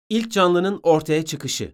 İlk canlının ortaya çıkışı.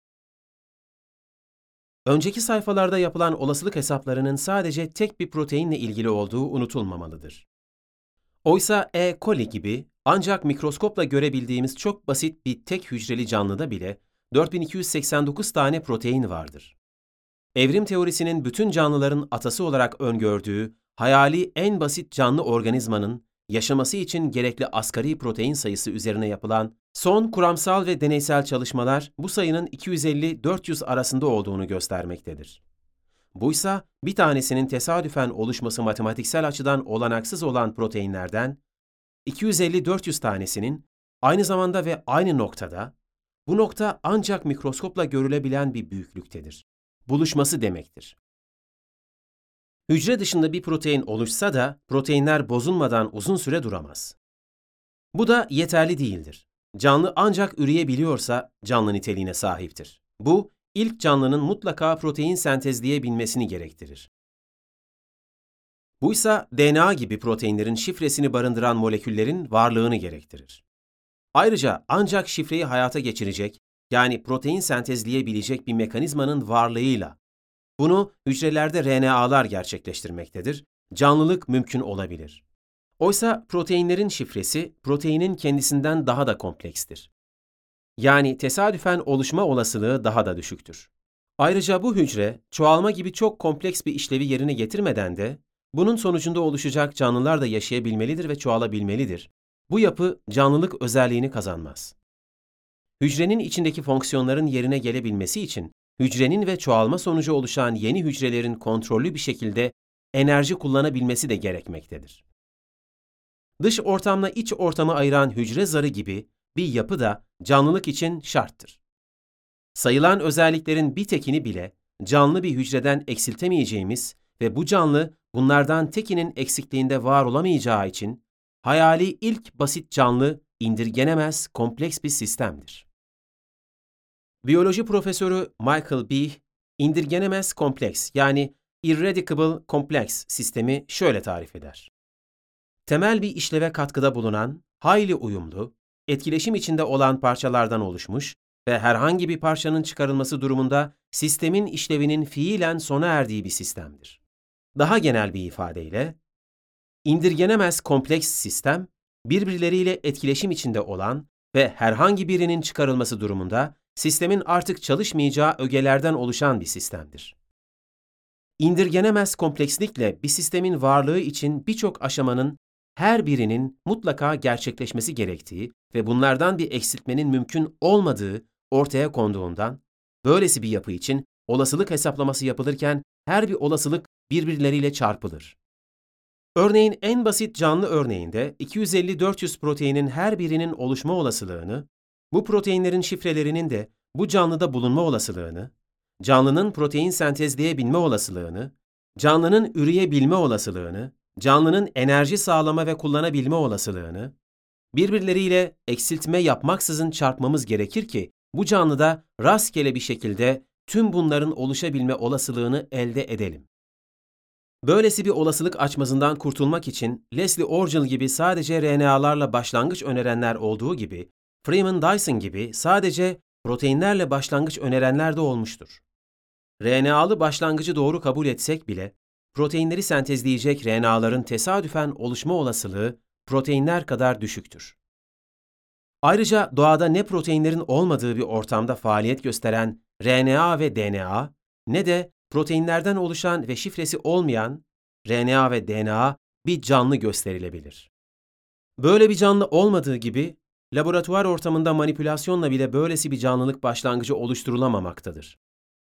Önceki sayfalarda yapılan olasılık hesaplarının sadece tek bir proteinle ilgili olduğu unutulmamalıdır. Oysa E. coli gibi ancak mikroskopla görebildiğimiz çok basit bir tek hücreli canlıda bile 4289 tane protein vardır. Evrim teorisinin bütün canlıların atası olarak öngördüğü hayali en basit canlı organizmanın yaşaması için gerekli asgari protein sayısı üzerine yapılan son kuramsal ve deneysel çalışmalar bu sayının 250-400 arasında olduğunu göstermektedir. Buysa bir tanesinin tesadüfen oluşması matematiksel açıdan olanaksız olan proteinlerden 250-400 tanesinin aynı zamanda ve aynı noktada, bu nokta ancak mikroskopla görülebilen bir büyüklüktedir. Buluşması demektir. Hücre dışında bir protein oluşsa da proteinler bozulmadan uzun süre duramaz. Bu da yeterli değildir. Canlı ancak üreyebiliyorsa canlı niteliğine sahiptir. Bu, ilk canlının mutlaka protein sentezleyebilmesini gerektirir. Buysa DNA gibi proteinlerin şifresini barındıran moleküllerin varlığını gerektirir. Ayrıca ancak şifreyi hayata geçirecek, yani protein sentezleyebilecek bir mekanizmanın varlığıyla, bunu hücrelerde RNA'lar gerçekleştirmektedir, canlılık mümkün olabilir. Oysa proteinlerin şifresi, proteinin kendisinden daha da komplekstir. Yani tesadüfen oluşma olasılığı daha da düşüktür. Ayrıca bu hücre, çoğalma gibi çok kompleks bir işlevi yerine getirmeden de, bunun sonucunda oluşacak canlılar da yaşayabilmelidir ve çoğalabilmelidir. Bu yapı canlılık özelliğini kazanmaz. Hücrenin içindeki fonksiyonların yerine gelebilmesi için, hücrenin ve çoğalma sonucu oluşan yeni hücrelerin kontrollü bir şekilde enerji kullanabilmesi de gerekmektedir. Dış ortamla iç ortamı ayıran hücre zarı gibi bir yapı da canlılık için şarttır. Sayılan özelliklerin bir tekini bile canlı bir hücreden eksiltemeyeceğimiz ve bu canlı bunlardan tekinin eksikliğinde var olamayacağı için hayali ilk basit canlı indirgenemez kompleks bir sistemdir. Biyoloji profesörü Michael B. indirgenemez kompleks yani irreducible complex sistemi şöyle tarif eder. Temel bir işleve katkıda bulunan, hayli uyumlu, etkileşim içinde olan parçalardan oluşmuş ve herhangi bir parçanın çıkarılması durumunda sistemin işlevinin fiilen sona erdiği bir sistemdir. Daha genel bir ifadeyle, indirgenemez kompleks sistem, birbirleriyle etkileşim içinde olan ve herhangi birinin çıkarılması durumunda sistemin artık çalışmayacağı ögelerden oluşan bir sistemdir. İndirgenemez komplekslikle bir sistemin varlığı için birçok aşamanın her birinin mutlaka gerçekleşmesi gerektiği ve bunlardan bir eksiltmenin mümkün olmadığı ortaya konduğundan, böylesi bir yapı için olasılık hesaplaması yapılırken her bir olasılık birbirleriyle çarpılır. Örneğin en basit canlı örneğinde 250-400 proteinin her birinin oluşma olasılığını, bu proteinlerin şifrelerinin de bu canlıda bulunma olasılığını, canlının protein sentezleyebilme olasılığını, canlının üreyebilme olasılığını, canlının enerji sağlama ve kullanabilme olasılığını, birbirleriyle eksiltme yapmaksızın çarpmamız gerekir ki, bu canlıda rastgele bir şekilde tüm bunların oluşabilme olasılığını elde edelim. Böylesi bir olasılık açmazından kurtulmak için Leslie Orgel gibi sadece RNA'larla başlangıç önerenler olduğu gibi, Freeman Dyson gibi sadece proteinlerle başlangıç önerenler de olmuştur. RNA'lı başlangıcı doğru kabul etsek bile, proteinleri sentezleyecek RNA'ların tesadüfen oluşma olasılığı proteinler kadar düşüktür. Ayrıca doğada ne proteinlerin olmadığı bir ortamda faaliyet gösteren RNA ve DNA, ne de proteinlerden oluşan ve şifresi olmayan RNA ve DNA bir canlı gösterilebilir. Böyle bir canlı olmadığı gibi, laboratuvar ortamında manipülasyonla bile böylesi bir canlılık başlangıcı oluşturulamamaktadır.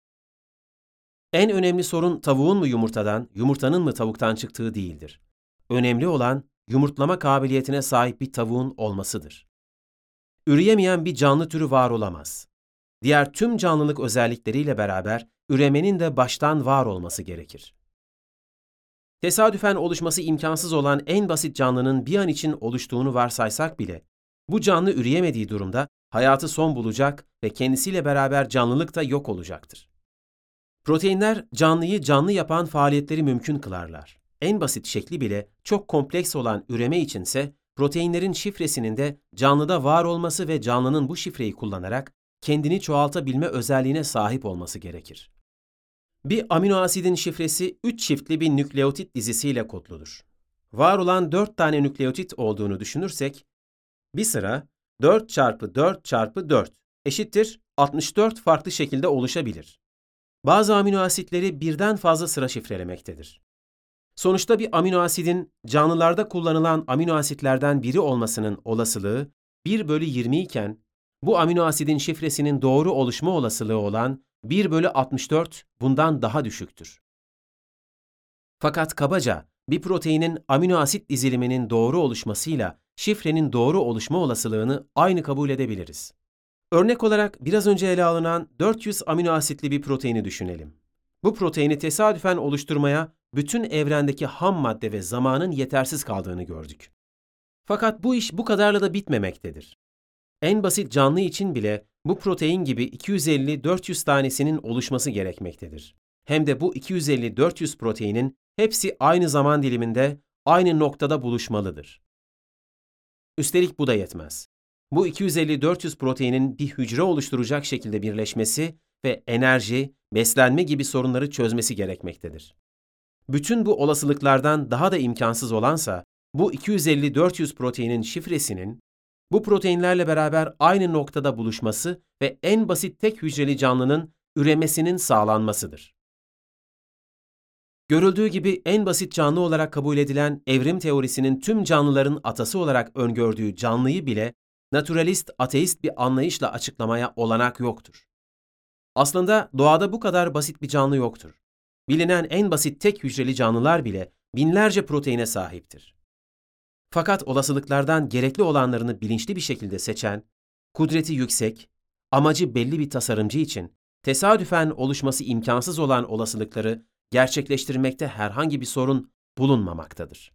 En önemli sorun tavuğun mu yumurtadan, yumurtanın mı tavuktan çıktığı değildir. Önemli olan yumurtlama kabiliyetine sahip bir tavuğun olmasıdır. Üreyemeyen bir canlı türü var olamaz. Diğer tüm canlılık özellikleriyle beraber üremenin de baştan var olması gerekir. Tesadüfen oluşması imkansız olan en basit canlının bir an için oluştuğunu varsaysak bile, bu canlı üreyemediği durumda hayatı son bulacak ve kendisiyle beraber canlılık da yok olacaktır. Proteinler canlıyı canlı yapan faaliyetleri mümkün kılarlar. En basit şekli bile çok kompleks olan üreme içinse proteinlerin şifresinin de canlıda var olması ve canlının bu şifreyi kullanarak kendini çoğaltabilme özelliğine sahip olması gerekir. Bir amino asidin şifresi 3 çiftli bir nükleotit dizisiyle kodludur. Var olan 4 tane nükleotit olduğunu düşünürsek, bir sıra 4 çarpı 4 çarpı 4 eşittir 64 farklı şekilde oluşabilir. Bazı amino asitleri birden fazla sıra şifrelemektedir. Sonuçta bir amino asidin canlılarda kullanılan amino asitlerden biri olmasının olasılığı 1/20 iken, bu amino asidin şifresinin doğru oluşma olasılığı olan 1/64 bundan daha düşüktür. Fakat kabaca bir proteinin amino asit diziliminin doğru oluşmasıyla şifrenin doğru oluşma olasılığını aynı kabul edebiliriz. Örnek olarak biraz önce ele alınan 400 amino asitli bir proteini düşünelim. Bu proteini tesadüfen oluşturmaya bütün evrendeki ham madde ve zamanın yetersiz kaldığını gördük. Fakat bu iş bu kadarla da bitmemektedir. En basit canlı için bile bu protein gibi 250-400 tanesinin oluşması gerekmektedir. Hem de bu 250-400 proteinin hepsi aynı zaman diliminde, aynı noktada buluşmalıdır. Üstelik bu da yetmez. Bu 250-400 proteinin bir hücre oluşturacak şekilde birleşmesi ve enerji, beslenme gibi sorunları çözmesi gerekmektedir. Bütün bu olasılıklardan daha da imkansız olansa, bu 250-400 proteinin şifresinin, bu proteinlerle beraber aynı noktada buluşması ve en basit tek hücreli canlının üremesinin sağlanmasıdır. Görüldüğü gibi en basit canlı olarak kabul edilen evrim teorisinin tüm canlıların atası olarak öngördüğü canlıyı bile naturalist, ateist bir anlayışla açıklamaya olanak yoktur. Aslında doğada bu kadar basit bir canlı yoktur. Bilinen en basit tek hücreli canlılar bile binlerce proteine sahiptir. Fakat olasılıklardan gerekli olanlarını bilinçli bir şekilde seçen, kudreti yüksek, amacı belli bir tasarımcı için tesadüfen oluşması imkansız olan olasılıkları gerçekleştirmekte herhangi bir sorun bulunmamaktadır.